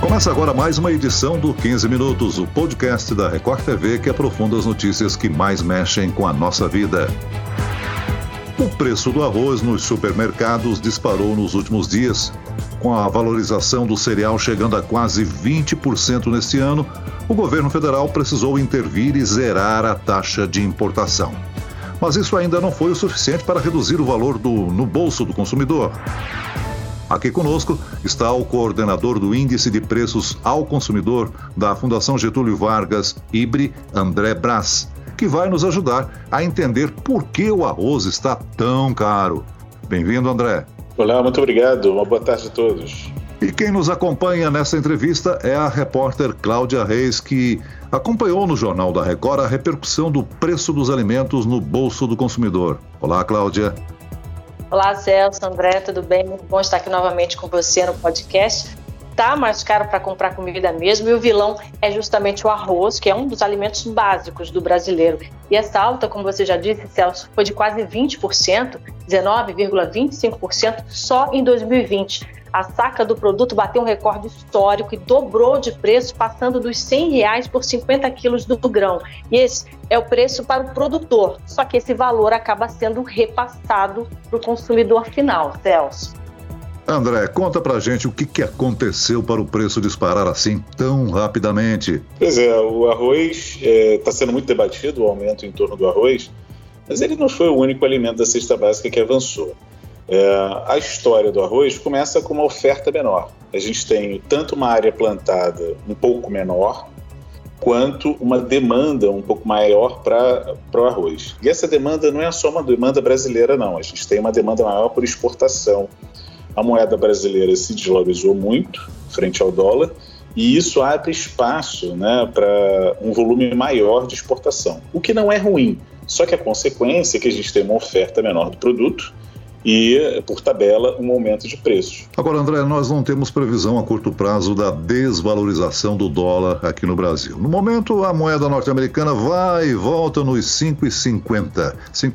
Começa agora mais uma edição do 15 Minutos, o podcast da Record TV que aprofunda as notícias que mais mexem com a nossa vida. O preço do arroz nos supermercados disparou nos últimos dias. Com a valorização do cereal chegando a quase 20% neste ano, o governo federal precisou intervir e zerar a taxa de importação. Mas isso ainda não foi o suficiente para reduzir o valor no bolso do consumidor. Aqui conosco está o coordenador do Índice de Preços ao Consumidor da Fundação Getúlio Vargas, IBRE, André Brás, que vai nos ajudar a entender por que o arroz está tão caro. Bem-vindo, André. Olá, muito obrigado. Uma boa tarde a todos. E quem nos acompanha nessa entrevista é a repórter Cláudia Reis, que acompanhou no Jornal da Record a repercussão do preço dos alimentos no bolso do consumidor. Olá, Cláudia. Olá, Celso, André, tudo bem? Muito bom estar aqui novamente com você no podcast. Tá mais caro para comprar comida mesmo e o vilão é justamente o arroz, que é um dos alimentos básicos do brasileiro. E essa alta, como você já disse, Celso, foi de quase 20%, 19,25% só em 2020. A saca do produto bateu um recorde histórico e dobrou de preço, passando dos R$100 por 50 quilos do grão. E esse é o preço para o produtor, só que esse valor acaba sendo repassado para o consumidor final, Celso. André, conta pra gente o que aconteceu para o preço disparar assim tão rapidamente. Pois é, o arroz está sendo muito debatido, o aumento em torno do arroz, mas ele não foi o único alimento da cesta básica que avançou. A história do arroz começa com uma oferta menor. A gente tem tanto uma área plantada um pouco menor, quanto uma demanda um pouco maior para o arroz. E essa demanda não é só uma demanda brasileira, não. A gente tem uma demanda maior por exportação. A moeda brasileira se desvalorizou muito frente ao dólar e isso abre espaço, né, para um volume maior de exportação, o que não é ruim. Só que a consequência é que a gente tem uma oferta menor do produto e, por tabela, um aumento de preços. Agora, André, nós não temos previsão a curto prazo da desvalorização do dólar aqui no Brasil. No momento, a moeda norte-americana vai e volta nos R$5,50,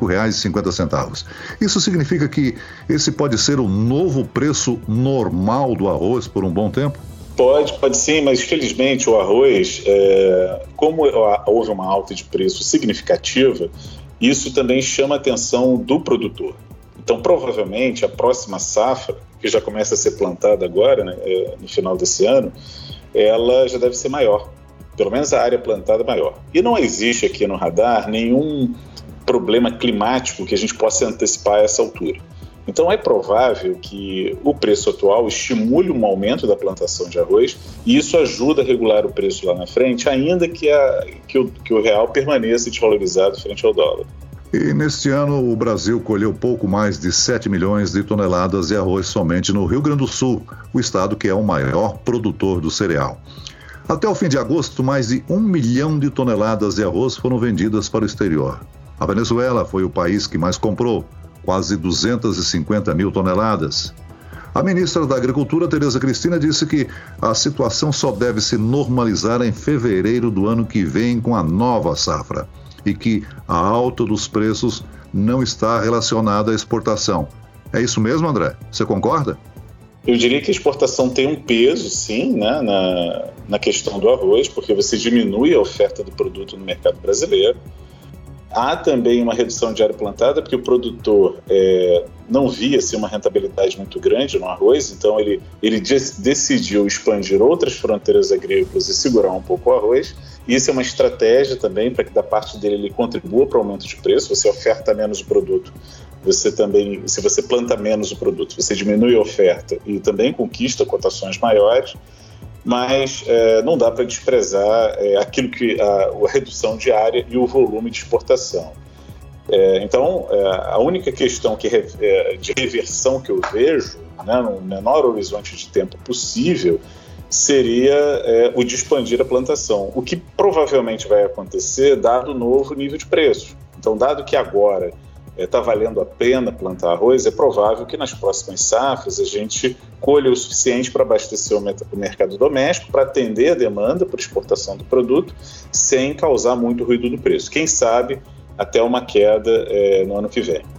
R$5,50. Isso significa que esse pode ser o novo preço normal do arroz por um bom tempo? Pode sim, mas felizmente o arroz, como houve uma alta de preço significativa, isso também chama a atenção do produtor. Então, provavelmente, a próxima safra, que já começa a ser plantada agora, né, no final desse ano, ela já deve ser maior. Pelo menos a área plantada é maior. E não existe aqui no radar nenhum problema climático que a gente possa antecipar a essa altura. Então, é provável que o preço atual estimule um aumento da plantação de arroz e isso ajuda a regular o preço lá na frente, ainda que o real permaneça desvalorizado frente ao dólar. E neste ano o Brasil colheu pouco mais de 7 milhões de toneladas de arroz somente no Rio Grande do Sul, o estado que é o maior produtor do cereal. Até o fim de agosto, mais de 1 milhão de toneladas de arroz foram vendidas para o exterior. A Venezuela foi o país que mais comprou, quase 250 mil toneladas. A ministra da Agricultura, Tereza Cristina, disse que a situação só deve se normalizar em fevereiro do ano que vem com a nova safra e que a alta dos preços não está relacionada à exportação. É isso mesmo, André? Você concorda? Eu diria que a exportação tem um peso, sim, né, na questão do arroz, porque você diminui a oferta do produto no mercado brasileiro. Há também uma redução de área plantada, porque o produtor não via uma rentabilidade muito grande no arroz, então ele decidiu expandir outras fronteiras agrícolas e segurar um pouco o arroz. Isso é uma estratégia também para que da parte dele ele contribua para o aumento de preço. Você oferta menos o produto, se você planta menos o produto, você diminui a oferta e também conquista cotações maiores, mas não dá para desprezar aquilo que a redução de área e o volume de exportação. Então, a única questão de reversão que eu vejo, né, no menor horizonte de tempo possível, seria o de expandir a plantação, o que provavelmente vai acontecer dado o novo nível de preço. Então, dado que agora está valendo a pena plantar arroz, é provável que nas próximas safras a gente colha o suficiente para abastecer o mercado doméstico, para atender a demanda por exportação do produto, sem causar muito ruído do preço. Quem sabe até uma queda no ano que vem.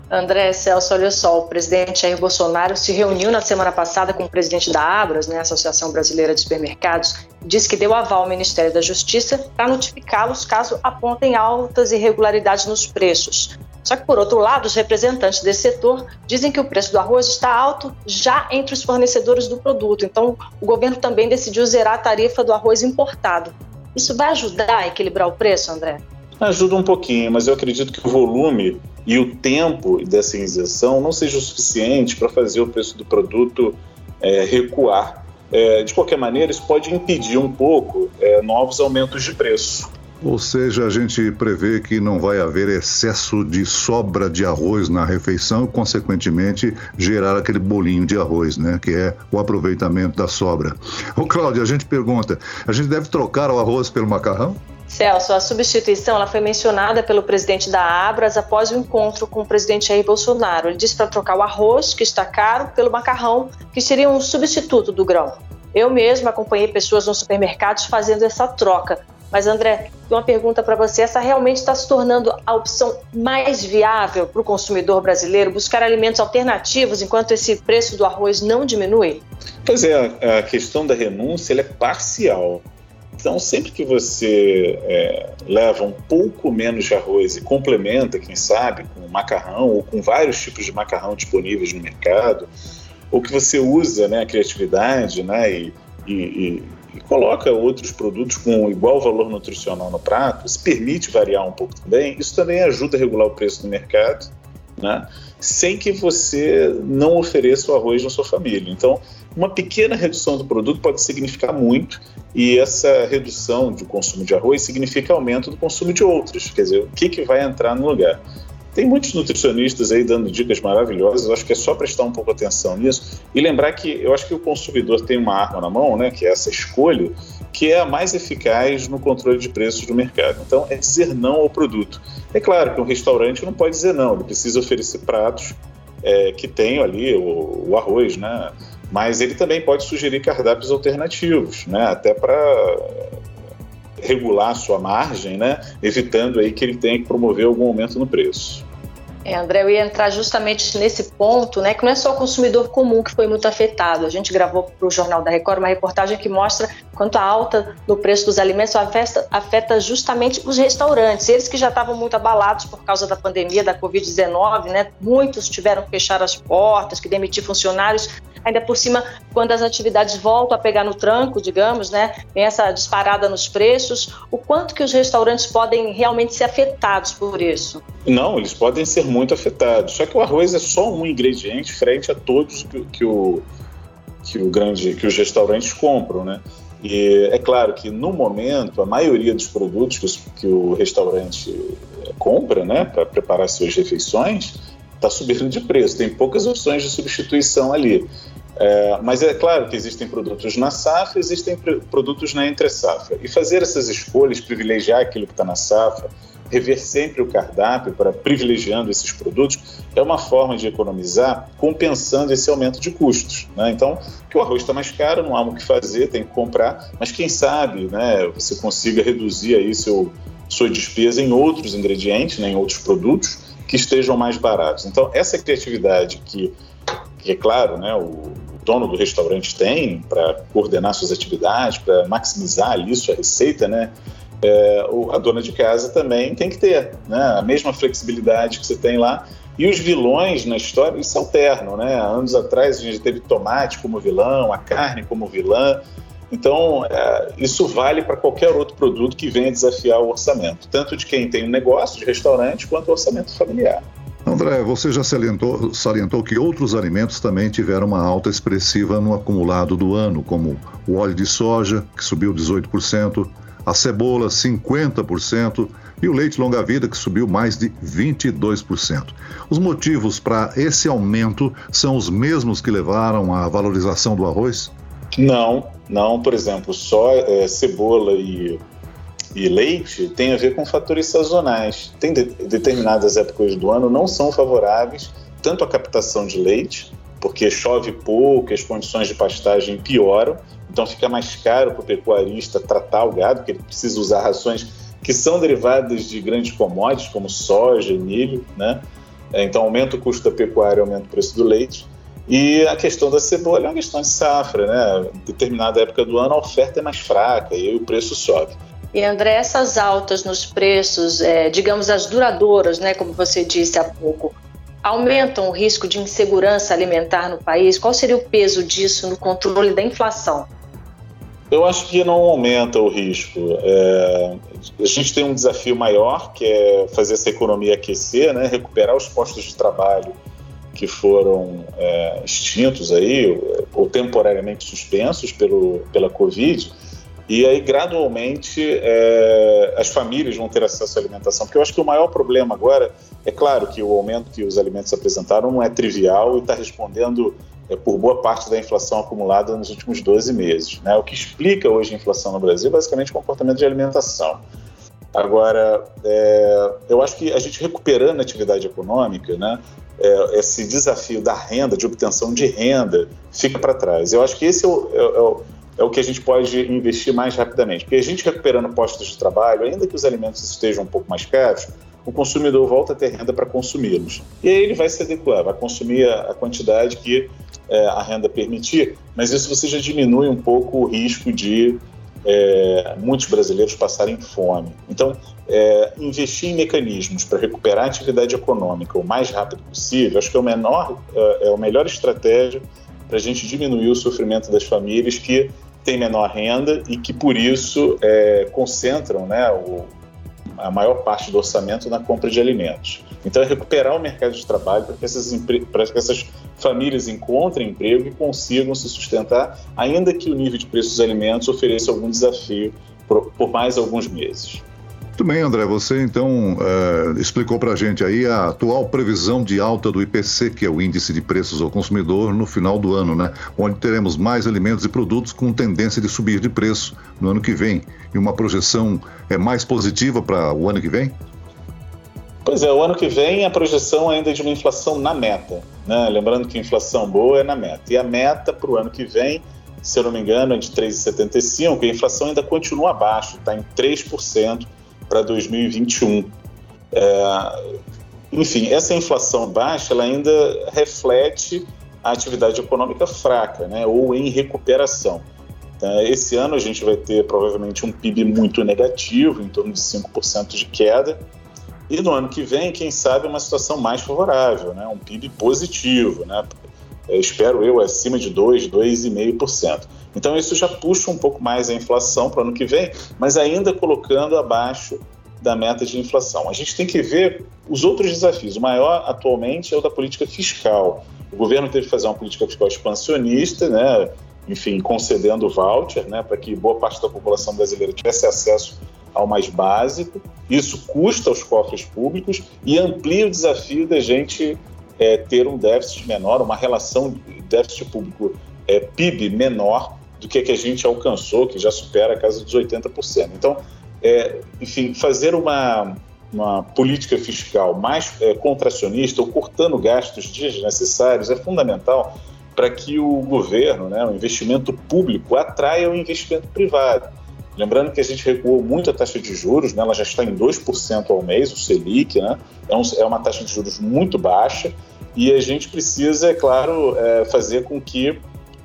André, Celso, olha só, o presidente Jair Bolsonaro se reuniu na semana passada com o presidente da Abras, né, Associação Brasileira de Supermercados, e disse que deu aval ao Ministério da Justiça para notificá-los caso apontem altas irregularidades nos preços. Só que, por outro lado, os representantes desse setor dizem que o preço do arroz está alto já entre os fornecedores do produto. Então, o governo também decidiu zerar a tarifa do arroz importado. Isso vai ajudar a equilibrar o preço, André? Ajuda um pouquinho, mas eu acredito que o volume e o tempo dessa isenção não seja o suficiente para fazer o preço do produto recuar. De qualquer maneira, isso pode impedir um pouco novos aumentos de preço. Ou seja, a gente prevê que não vai haver excesso de sobra de arroz na refeição e, consequentemente, gerar aquele bolinho de arroz, né? Que é o aproveitamento da sobra. Ô, Cláudia, a gente pergunta, a gente deve trocar o arroz pelo macarrão? Celso, a substituição ela foi mencionada pelo presidente da Abras após o encontro com o presidente Jair Bolsonaro. Ele disse para trocar o arroz, que está caro, pelo macarrão, que seria um substituto do grão. Eu mesma acompanhei pessoas nos supermercados fazendo essa troca. Mas, André, uma pergunta para você. Essa realmente está se tornando a opção mais viável para o consumidor brasileiro buscar alimentos alternativos enquanto esse preço do arroz não diminui? Pois é, a questão da renúncia ela é parcial. Então, sempre que você leva um pouco menos de arroz e complementa, quem sabe, com macarrão ou com vários tipos de macarrão disponíveis no mercado, ou que você usa, né, a criatividade, né, e coloca outros produtos com igual valor nutricional no prato, se permite variar um pouco também, isso também ajuda a regular o preço do mercado, né, sem que você não ofereça o arroz na sua família. Então, uma pequena redução do produto pode significar muito, e essa redução do consumo de arroz significa aumento do consumo de outros. Quer dizer, o que vai entrar no lugar? Tem muitos nutricionistas aí dando dicas maravilhosas, eu acho que é só prestar um pouco atenção nisso e lembrar que eu acho que o consumidor tem uma arma na mão, né, que é essa escolha, que é a mais eficaz no controle de preços do mercado. Então, é dizer não ao produto. É claro que um restaurante não pode dizer não, ele precisa oferecer pratos que tenham ali o arroz, né? Mas ele também pode sugerir cardápios alternativos, né? Até para regular a sua margem, né? Evitando aí que ele tenha que promover algum aumento no preço. André, eu ia entrar justamente nesse ponto, né, que não é só o consumidor comum que foi muito afetado. A gente gravou para o Jornal da Record uma reportagem que mostra quanto a alta no preço dos alimentos afeta justamente os restaurantes. Eles que já estavam muito abalados por causa da pandemia da Covid-19, né, muitos tiveram que fechar as portas, que demitir funcionários. Ainda por cima, quando as atividades voltam a pegar no tranco, digamos, né, tem essa disparada nos preços, o quanto que os restaurantes podem realmente ser afetados por isso? Não, eles podem ser muito afetados, só que o arroz é só um ingrediente frente a todos que os restaurantes compram, né? E é claro que no momento a maioria dos produtos que o restaurante compra, né, para preparar suas refeições, está subindo de preço, tem poucas opções de substituição ali. Mas é claro que existem produtos na safra, existem produtos na entre-safra. E fazer essas escolhas, privilegiar aquilo que está na safra, rever sempre o cardápio para privilegiando esses produtos, é uma forma de economizar compensando esse aumento de custos, né? Então, que o arroz está mais caro, não há o que fazer, tem que comprar, mas quem sabe, né, você consiga reduzir aí sua despesa em outros ingredientes, né, em outros produtos que estejam mais baratos. Então, essa criatividade que é claro, né, o dono do restaurante tem para coordenar suas atividades, para maximizar ali sua receita, né, a dona de casa também tem que ter, né, a mesma flexibilidade que você tem lá. E os vilões na história, eles se alternam, né? Há anos atrás a gente teve tomate como vilão, a carne como vilã. Então, isso vale para qualquer outro produto que venha desafiar o orçamento, tanto de quem tem um negócio de restaurante quanto o orçamento familiar. André, você já salientou que outros alimentos também tiveram uma alta expressiva no acumulado do ano, como o óleo de soja, que subiu 18%, a cebola 50% e o leite longa-vida, que subiu mais de 22%. Os motivos para esse aumento são os mesmos que levaram à valorização do arroz? Não, por exemplo, só cebola e leite tem a ver com fatores sazonais. Tem determinadas épocas do ano não são favoráveis tanto à captação de leite, porque chove pouco, as condições de pastagem pioram, então fica mais caro para o pecuarista tratar o gado, porque ele precisa usar rações que são derivadas de grandes commodities, como soja e milho, né? Então aumenta o custo da pecuária, aumenta o preço do leite. E a questão da cebola é uma questão de safra, né? Em determinada época do ano a oferta é mais fraca e aí o preço sobe. E André, essas altas nos preços, digamos as duradouras, né, como você disse há pouco, aumentam o risco de insegurança alimentar no país? Qual seria o peso disso no controle da inflação? Eu acho que não aumenta o risco. A gente tem um desafio maior, que é fazer essa economia aquecer, né? Recuperar os postos de trabalho que foram extintos aí, ou temporariamente suspensos pela Covid, e aí gradualmente as famílias vão ter acesso à alimentação, porque eu acho que o maior problema agora, é claro que o aumento que os alimentos apresentaram não é trivial e está respondendo por boa parte da inflação acumulada nos últimos 12 meses. Né? O que explica hoje a inflação no Brasil é basicamente o comportamento de alimentação. Agora, eu acho que a gente recuperando a atividade econômica, né, esse desafio da renda, de obtenção de renda, fica para trás. Eu acho que esse é o que a gente pode investir mais rapidamente, porque a gente recuperando postos de trabalho, ainda que os alimentos estejam um pouco mais caros, o consumidor volta a ter renda para consumi-los. E aí ele vai se adequar, vai consumir a quantidade que a renda permitir, mas isso você já diminui um pouco o risco de muitos brasileiros passarem fome. Então, investir em mecanismos para recuperar a atividade econômica o mais rápido possível, acho que é a melhor estratégia para a gente diminuir o sofrimento das famílias que têm menor renda e que, por isso, concentram, né, a maior parte do orçamento na compra de alimentos. Então, é recuperar o mercado de trabalho para que essas famílias encontrem emprego e consigam se sustentar, ainda que o nível de preço dos alimentos ofereça algum desafio por mais alguns meses. Muito bem, André, você então explicou para a gente aí a atual previsão de alta do IPC, que é o Índice de Preços ao Consumidor, no final do ano, né? Onde teremos mais alimentos e produtos com tendência de subir de preço no ano que vem. E uma projeção mais positiva para o ano que vem? Pois é, o ano que vem a projeção ainda é de uma inflação na meta, né? Lembrando que a inflação boa é na meta. E a meta para o ano que vem, se eu não me engano, é de 3,75%, e a inflação ainda continua abaixo, está em 3%. Para 2021. Enfim, essa inflação baixa ela ainda reflete a atividade econômica fraca, né, ou em recuperação. Esse ano a gente vai ter provavelmente um PIB muito negativo, em torno de 5% de queda, e no ano que vem, quem sabe, uma situação mais favorável, né, um PIB positivo, né, espero eu, acima de 2,5%. Então isso já puxa um pouco mais a inflação para o ano que vem, mas ainda colocando abaixo da meta de inflação. A gente tem que ver os outros desafios. O maior atualmente é o da política fiscal. O governo teve que fazer uma política fiscal expansionista, né, enfim, concedendo voucher, né, para que boa parte da população brasileira tivesse acesso ao mais básico. Isso custa aos cofres públicos e amplia o desafio da gente ter um déficit menor, uma relação déficit público PIB menor do que a gente alcançou, que já supera a casa dos 80%. Então, enfim, fazer uma política fiscal mais contracionista ou cortando gastos desnecessários é fundamental para que o governo, né, o investimento público, atraia o investimento privado. Lembrando que a gente recuou muito a taxa de juros, né, ela já está em 2% ao mês, o Selic, né, é uma taxa de juros muito baixa, e a gente precisa, é claro, fazer com que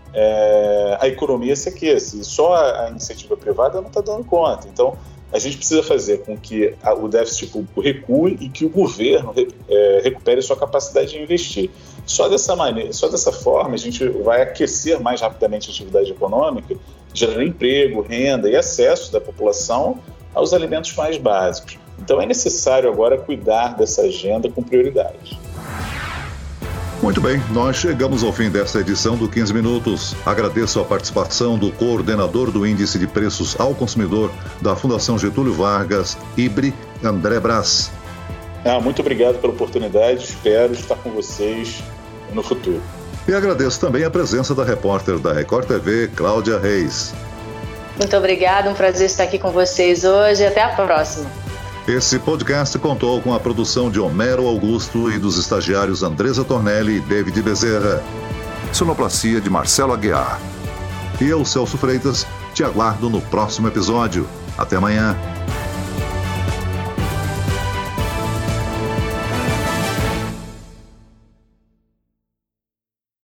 a economia se aqueça, e só a iniciativa privada não está dando conta. Então, a gente precisa fazer com que o déficit público recue e que o governo recupere sua capacidade de investir. Só dessa forma, a gente vai aquecer mais rapidamente a atividade econômica, gerando emprego, renda e acesso da população aos alimentos mais básicos. Então, é necessário agora cuidar dessa agenda com prioridade. Muito bem, nós chegamos ao fim desta edição do 15 Minutos. Agradeço a participação do coordenador do Índice de Preços ao Consumidor da Fundação Getúlio Vargas, IBRE, André Brás. Muito obrigado pela oportunidade, espero estar com vocês no futuro. E agradeço também a presença da repórter da Record TV, Cláudia Reis. Muito obrigada, um prazer estar aqui com vocês hoje e até a próxima. Esse podcast contou com a produção de Homero Augusto e dos estagiários Andresa Tornelli e David Bezerra. Sonoplastia de Marcelo Aguiar. E eu, Celso Freitas, te aguardo no próximo episódio. Até amanhã.